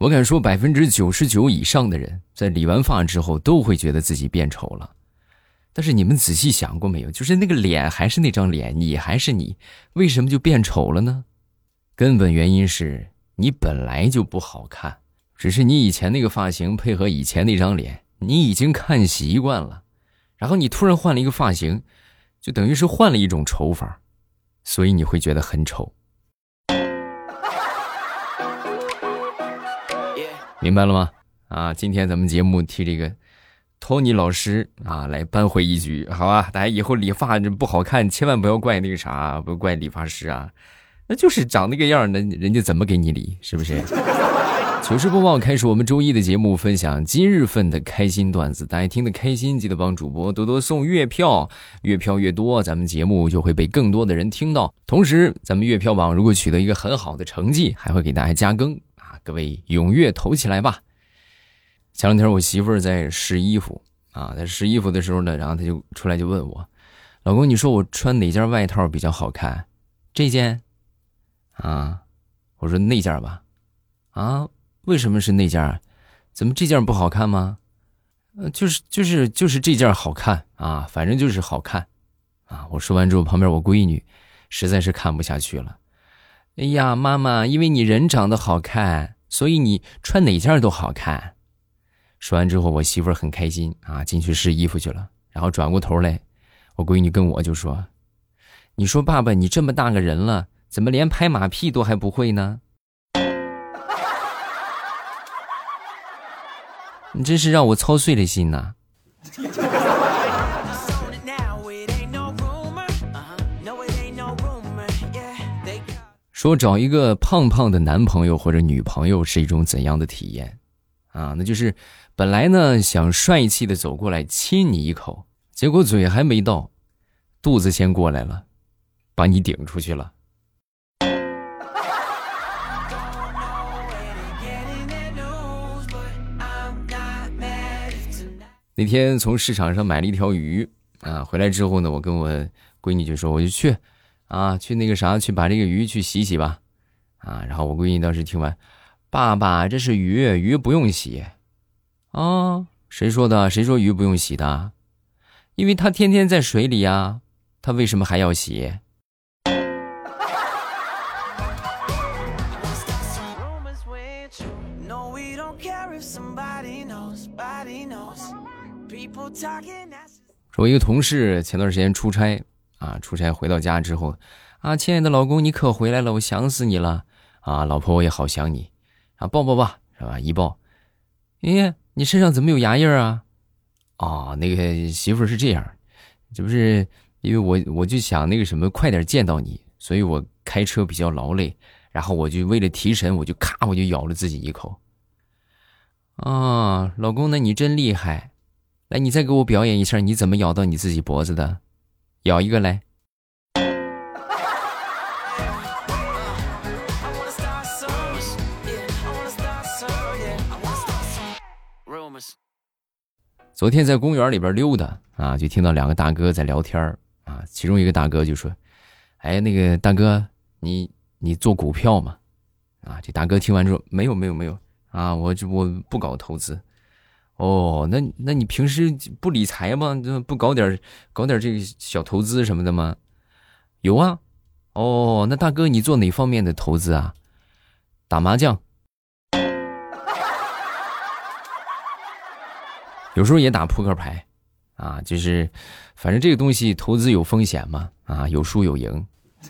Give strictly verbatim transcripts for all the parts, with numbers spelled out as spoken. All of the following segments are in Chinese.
我敢说百分之九十九以上的人在理完发之后都会觉得自己变丑了。但是你们仔细想过没有，就是那个脸还是那张脸，你还是你，为什么就变丑了呢？根本原因是你本来就不好看，只是你以前那个发型配合以前那张脸，你已经看习惯了，然后你突然换了一个发型，就等于是换了一种丑法，所以你会觉得很丑。明白了吗？啊，今天咱们节目替这个托尼老师啊来扳回一局，好吧？大家以后理发不好看，千万不要怪那个啥，不要怪理发师啊，那就是长那个样，那人家怎么给你理，是不是？糗事播报开始，我们周一的节目分享今日份的开心段子，大家听得开心，记得帮主播多多送月票，月票越多，咱们节目就会被更多的人听到。同时，咱们月票榜如果取得一个很好的成绩，还会给大家加更。各位踊跃投起来吧！前两天我媳妇儿在试衣服啊，在试衣服的时候呢，然后她就出来就问我：“老公，你说我穿哪件外套比较好看？这件？”啊，我说那件吧。啊，为什么是那件？怎么这件不好看吗？呃，就是就是就是这件好看啊，反正就是好看啊。我说完之后，旁边我闺女实在是看不下去了。哎呀，妈妈，因为你人长得好看，所以你穿哪件都好看。说完之后，我媳妇儿很开心啊，进去试衣服去了。然后转过头来，我闺女跟我就说：“你说爸爸，你这么大个人了，怎么连拍马屁都还不会呢？”你真是让我操碎了心呐！说找一个胖胖的男朋友或者女朋友是一种怎样的体验啊？那就是本来呢想帅气的走过来亲你一口，结果嘴还没到，肚子先过来了，把你顶出去了。那天从市场上买了一条鱼啊，回来之后呢，我跟我闺女就说，我就去啊，去那个啥，去把这个鱼去洗洗吧，啊，然后我闺女当时听完，爸爸，这是鱼，鱼不用洗，啊，谁说的？谁说鱼不用洗的？因为它天天在水里啊，它为什么还要洗？说我一个同事前段时间出差啊，出差回到家之后啊，亲爱的老公你可回来了，我想死你了啊，老婆我也好想你啊，抱抱吧，是吧？一抱，哎，你身上怎么有牙印啊？哦，那个媳妇儿是这样，这不是因为我我就想那个什么快点见到你，所以我开车比较劳累，然后我就为了提神，我就咔我就咬了自己一口。啊，老公，那你真厉害！来，你再给我表演一下，你怎么咬到你自己脖子的？咬一个来。昨天在公园里边溜达啊，就听到两个大哥在聊天啊，其中一个大哥就说：“哎，那个大哥，你你做股票吗？”啊，这大哥听完之后，没有没有没有啊，我这我不搞投资。哦，那那你平时不理财吗？不搞点搞点这个小投资什么的吗？有啊。哦，那大哥你做哪方面的投资啊？打麻将。有时候也打扑克牌啊，就是反正这个东西投资有风险嘛，啊，有输有赢。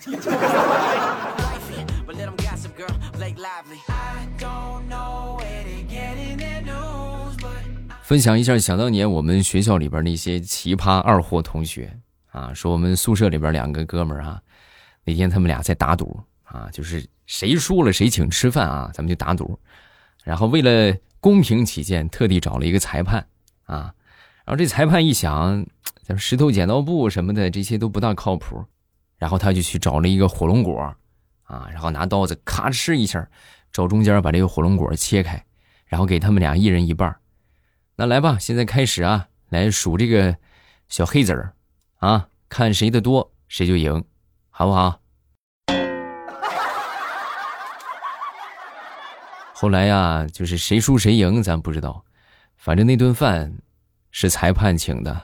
分享一下想当年我们学校里边那些奇葩二货同学啊，说我们宿舍里边两个哥们儿啊，那天他们俩在打赌啊，就是谁输了谁请吃饭啊，咱们就打赌。然后为了公平起见，特地找了一个裁判啊，然后这裁判一想，咱们石头剪刀布什么的这些都不大靠谱，然后他就去找了一个火龙果啊，然后拿刀子咔哧一下照中间把这个火龙果切开，然后给他们俩一人一半。那来吧，现在开始啊，来数这个小黑子儿啊，看谁的多谁就赢，好不好？ 后来呀，就是谁输谁赢咱不知道，反正那顿饭是裁判请的。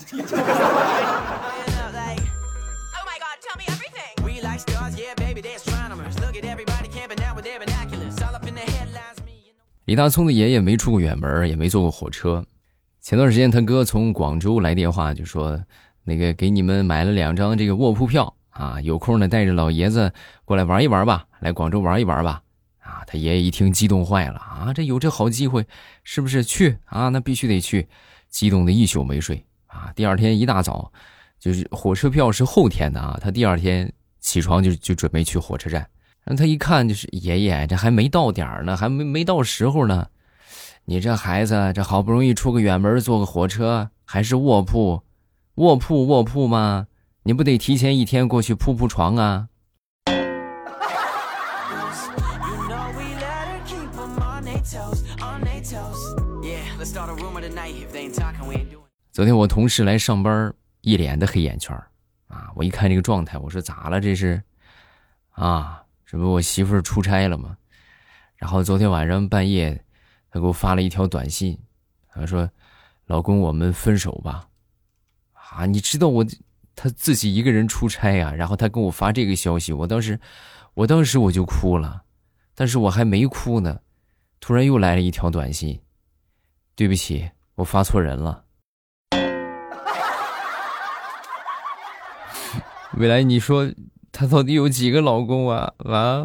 李大聪的爷爷没出过远门，也没坐过火车。前段时间他哥从广州来电话，就说那个给你们买了两张这个卧铺票啊，有空呢带着老爷子过来玩一玩吧，来广州玩一玩吧。啊，他爷爷一听激动坏了啊，这有这好机会，是不是去啊？那必须得去，激动的一宿没睡啊。第二天一大早，就是火车票是后天的啊，他第二天起床就就准备去火车站。让他一看就是爷爷，这还没到点儿呢，还没没到时候呢。你这孩子，这好不容易出个远门，坐个火车，还是卧铺，卧铺卧铺吗？你不得提前一天过去铺铺床啊？昨天我同事来上班，一脸的黑眼圈啊！我一看这个状态，我说咋了？这是啊？这不我媳妇儿出差了吗？然后昨天晚上半夜，她给我发了一条短信，她说：“老公，我们分手吧。”啊，你知道我她自己一个人出差啊，然后她跟我发这个消息，我当时，我当时我就哭了，但是我还没哭呢，突然又来了一条短信：“对不起，我发错人了。”未来你说她到底有几个老公啊？啊？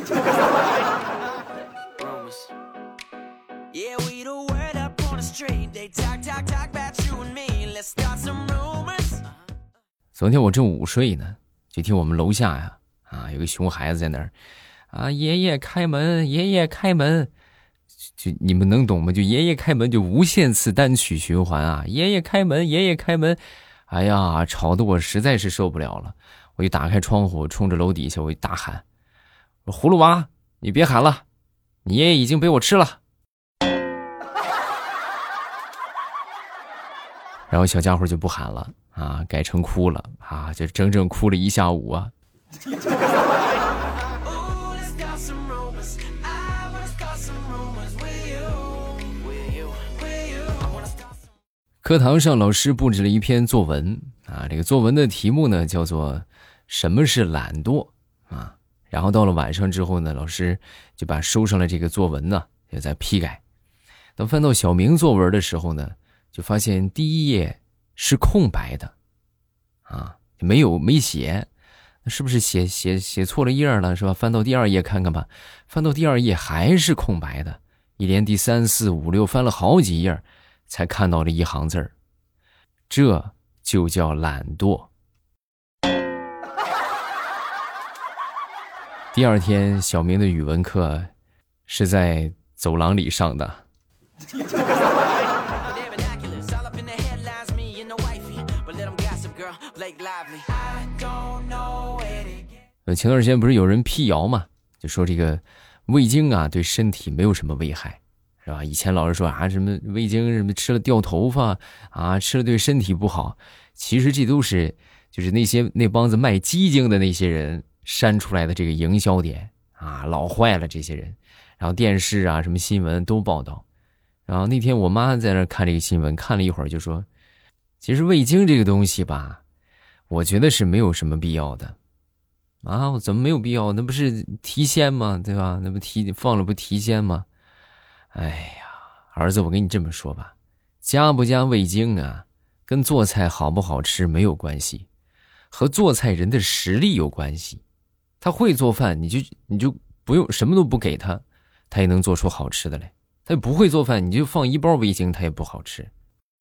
昨天我正午睡呢，就听我们楼下呀，啊，有个熊孩子在那儿，啊，爷爷开门，爷爷开门，就你们能懂吗？就爷爷开门，就无限次单曲循环啊，爷爷开门，爷爷开门，哎呀，吵得我实在是受不了了。我一打开窗户，冲着楼底下，我一大喊：“葫芦娃，你别喊了，你爷爷已经被我吃了。”然后小家伙就不喊了啊，改成哭了啊，就整整哭了一下午啊。课堂上老师布置了一篇作文啊，这个作文的题目呢叫做什么是懒惰啊。然后到了晚上之后呢，老师就把收上了这个作文呢也在批改。等翻到小明作文的时候呢，就发现第一页是空白的啊，没有没写，是不是写写写错了页了是吧？翻到第二页看看吧，翻到第二页还是空白的，一连第三四五六翻了好几页才看到了一行字儿，这就叫懒惰。第二天小明的语文课是在走廊里上的。前段时间不是有人辟谣嘛，就说这个味精啊对身体没有什么危害，是吧？以前老是说啊什么味精什么吃了掉头发啊，吃了对身体不好，其实这都是就是那些那帮子卖鸡精的那些人删出来的这个营销点啊，老坏了这些人。然后电视啊什么新闻都报道。然后那天我妈在那看这个新闻，看了一会儿就说，其实味精这个东西吧，我觉得是没有什么必要的。啊，我怎么没有必要？那不是提鲜吗？对吧？那不提放了不提鲜吗？哎呀，儿子，我跟你这么说吧，加不加味精啊，跟做菜好不好吃没有关系，和做菜人的实力有关系。他会做饭，你就你就不用什么都不给他，他也能做出好吃的来。他不会做饭，你就放一包味精，他也不好吃。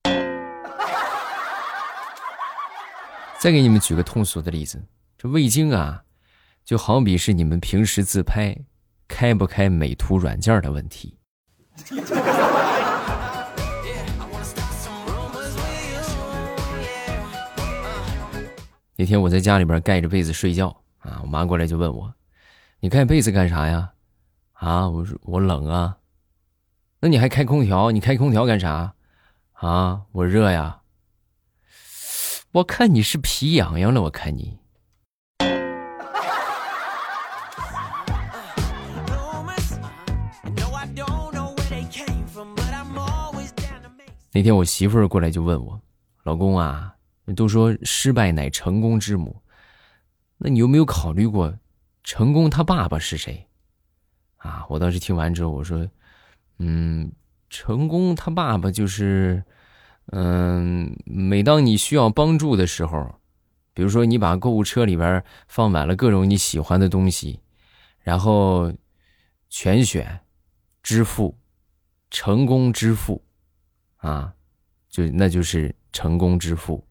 再给你们举个通俗的例子，这味精啊，就好比是你们平时自拍开不开美图软件的问题。那天我在家里边盖着被子睡觉啊，我妈过来就问我，你盖被子干啥呀？啊，我说我冷啊。那你还开空调？你开空调干啥？啊，我热呀。我看你是皮痒痒了，我看你。 那天我媳妇儿过来就问我，老公啊，都说失败乃成功之母，那你有没有考虑过成功他爸爸是谁啊？我当时听完之后我说，嗯，成功他爸爸就是嗯，每当你需要帮助的时候，比如说你把购物车里边放满了各种你喜欢的东西，然后全选支付成功支付啊，就那就是成功支付。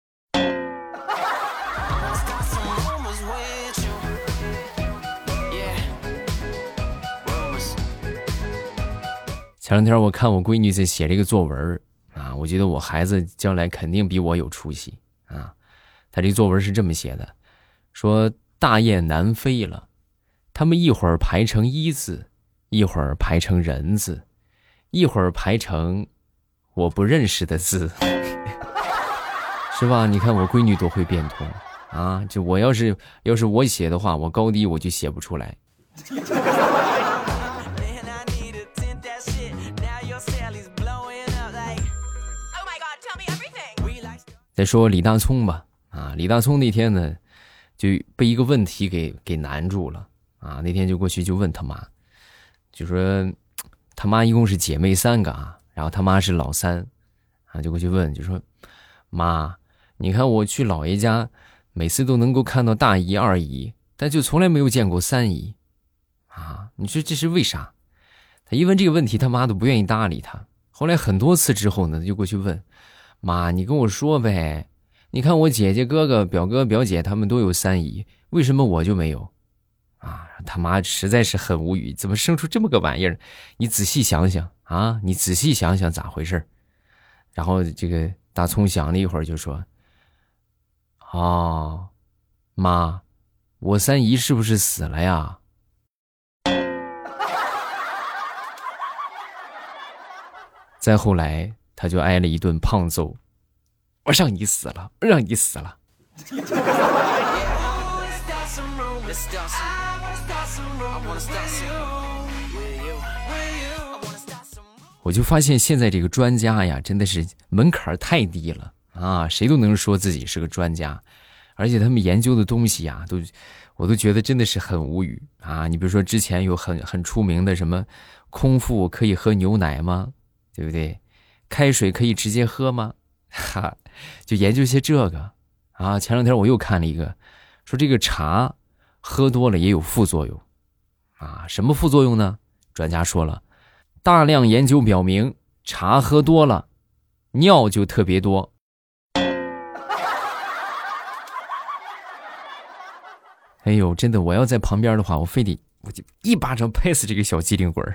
前两天我看我闺女在写这个作文啊，我觉得我孩子将来肯定比我有出息啊。她这个作文是这么写的，说大雁南飞了，他们一会儿排成一字，一会儿排成人字，一会儿排成我不认识的字是吧？你看我闺女多会变通啊！就我要是要是我写的话，我高低我就写不出来。再说李大聪吧，啊，李大聪那天呢就被一个问题给给难住了啊！那天就过去就问他妈，就说他妈一共是姐妹三个啊，然后他妈是老三啊，就过去问，就说妈，你看我去姥爷家，每次都能够看到大姨二姨，但就从来没有见过三姨啊！你说这是为啥？他一问这个问题，他妈都不愿意搭理他。后来很多次之后呢，就过去问妈，你跟我说呗，你看我姐姐哥哥表哥表姐他们都有三姨，为什么我就没有啊？他妈实在是很无语，怎么生出这么个玩意儿？你仔细想想啊，你仔细想想咋回事？然后这个大葱想了一会儿就说，哦，妈，我三姨是不是死了呀？再后来他就挨了一顿胖揍，我让你死了，让你死了。我就发现现在这个专家呀，真的是门槛太低了啊，谁都能说自己是个专家，而且他们研究的东西呀，都我都觉得真的是很无语啊。你比如说之前有很很出名的什么空腹可以喝牛奶吗？对不对？开水可以直接喝吗？哈，就研究些这个啊。前两天我又看了一个，说这个茶喝多了也有副作用啊。什么副作用呢？专家说了，大量研究表明，茶喝多了，尿就特别多。哎呦，真的，我要在旁边的话，我非得我就一巴掌拍死这个小机灵鬼儿。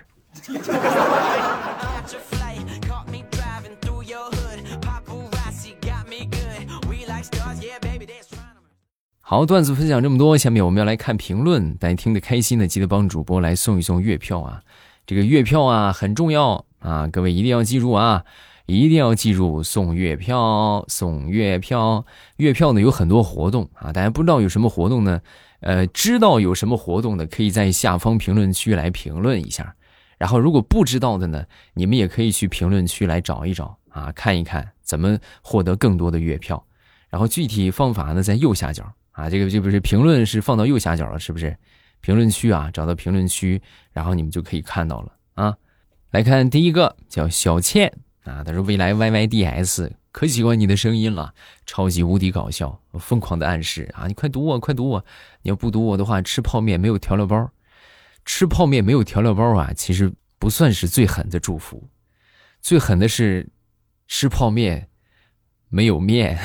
好，段子分享这么多，下面我们要来看评论。大家听得开心的，记得帮主播来送一送月票啊！这个月票啊很重要啊，各位一定要记住啊，一定要记住送月票，送月票。月票呢有很多活动啊，大家不知道有什么活动呢？呃，知道有什么活动的，可以在下方评论区来评论一下。然后如果不知道的呢，你们也可以去评论区来找一找啊，看一看怎么获得更多的月票。然后具体方法呢，在右下角。啊，这个这不是评论是放到右下角了，是不是？评论区啊，找到评论区，然后你们就可以看到了啊。来看第一个叫小倩啊，他说未来 Y Y D S 可喜欢你的声音了，超级无敌搞笑，疯狂的暗示啊，你快读我，快读我，你要不读我的话，吃泡面没有调料包，吃泡面没有调料包啊，其实不算是最狠的祝福，最狠的是吃泡面没有面。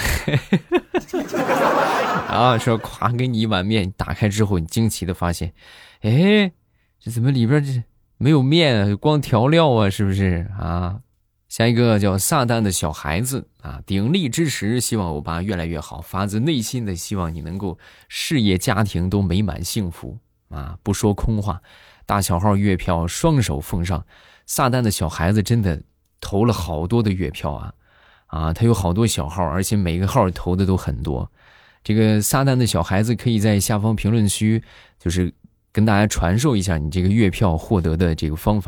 啊，说夸给你一碗面，打开之后你惊奇的发现，哎，这怎么里边这没有面啊，光调料啊，是不是啊？下一个叫撒旦的小孩子啊，鼎力支持，希望欧巴越来越好，发自内心的希望你能够事业家庭都美满幸福啊，不说空话。大小号月票双手奉上，撒旦的小孩子真的投了好多的月票啊啊，他有好多小号，而且每个号投的都很多。这个撒旦的小孩子可以在下方评论区就是跟大家传授一下你这个月票获得的这个方法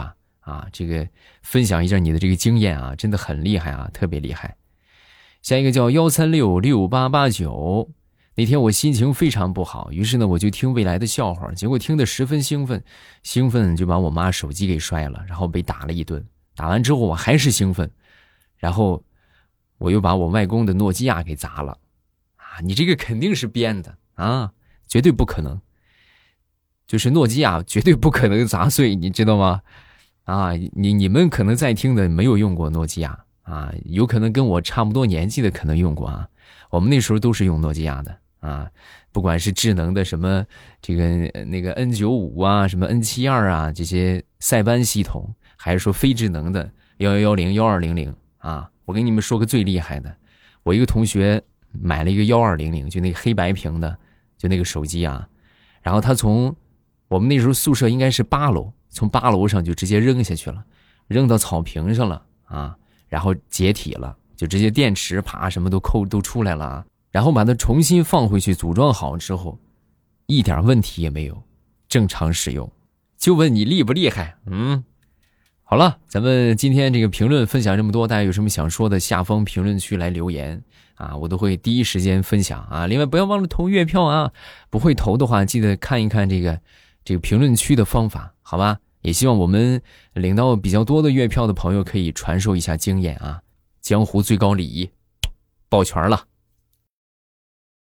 啊，这个分享一下你的这个经验啊，真的很厉害啊，特别厉害。下一个叫幺三六六八八九，那天我心情非常不好，于是呢我就听未来的笑话，结果听得十分兴奋，兴奋就把我妈手机给摔了，然后被打了一顿。打完之后我还是兴奋，然后我又把我外公的诺基亚给砸了。啊，你这个肯定是编的啊，绝对不可能。就是诺基亚绝对不可能砸碎，你知道吗？啊，你你们可能在听的没有用过诺基亚啊，有可能跟我差不多年纪的可能用过啊。我们那时候都是用诺基亚的啊，不管是智能的什么这个那个 N 九十五 啊，什么 N 七十二 啊，这些塞班系统，还是说非智能的一一一零 一二零零啊。我跟你们说个最厉害的，我一个同学买了一个一二零零，就那个黑白屏的，就那个手机啊，然后他从我们那时候宿舍应该是八楼，从八楼上就直接扔下去了，扔到草坪上了啊，然后解体了，就直接电池啪什么都扣都出来了啊，然后把它重新放回去组装好之后，一点问题也没有，正常使用。就问你厉不厉害？嗯，好了，咱们今天这个评论分享这么多，大家有什么想说的，下方评论区来留言啊，我都会第一时间分享啊。另外不要忘了投月票啊，不会投的话记得看一看这个这个评论区的方法，好吧？也希望我们领到比较多的月票的朋友可以传授一下经验啊，江湖最高礼仪，抱拳了。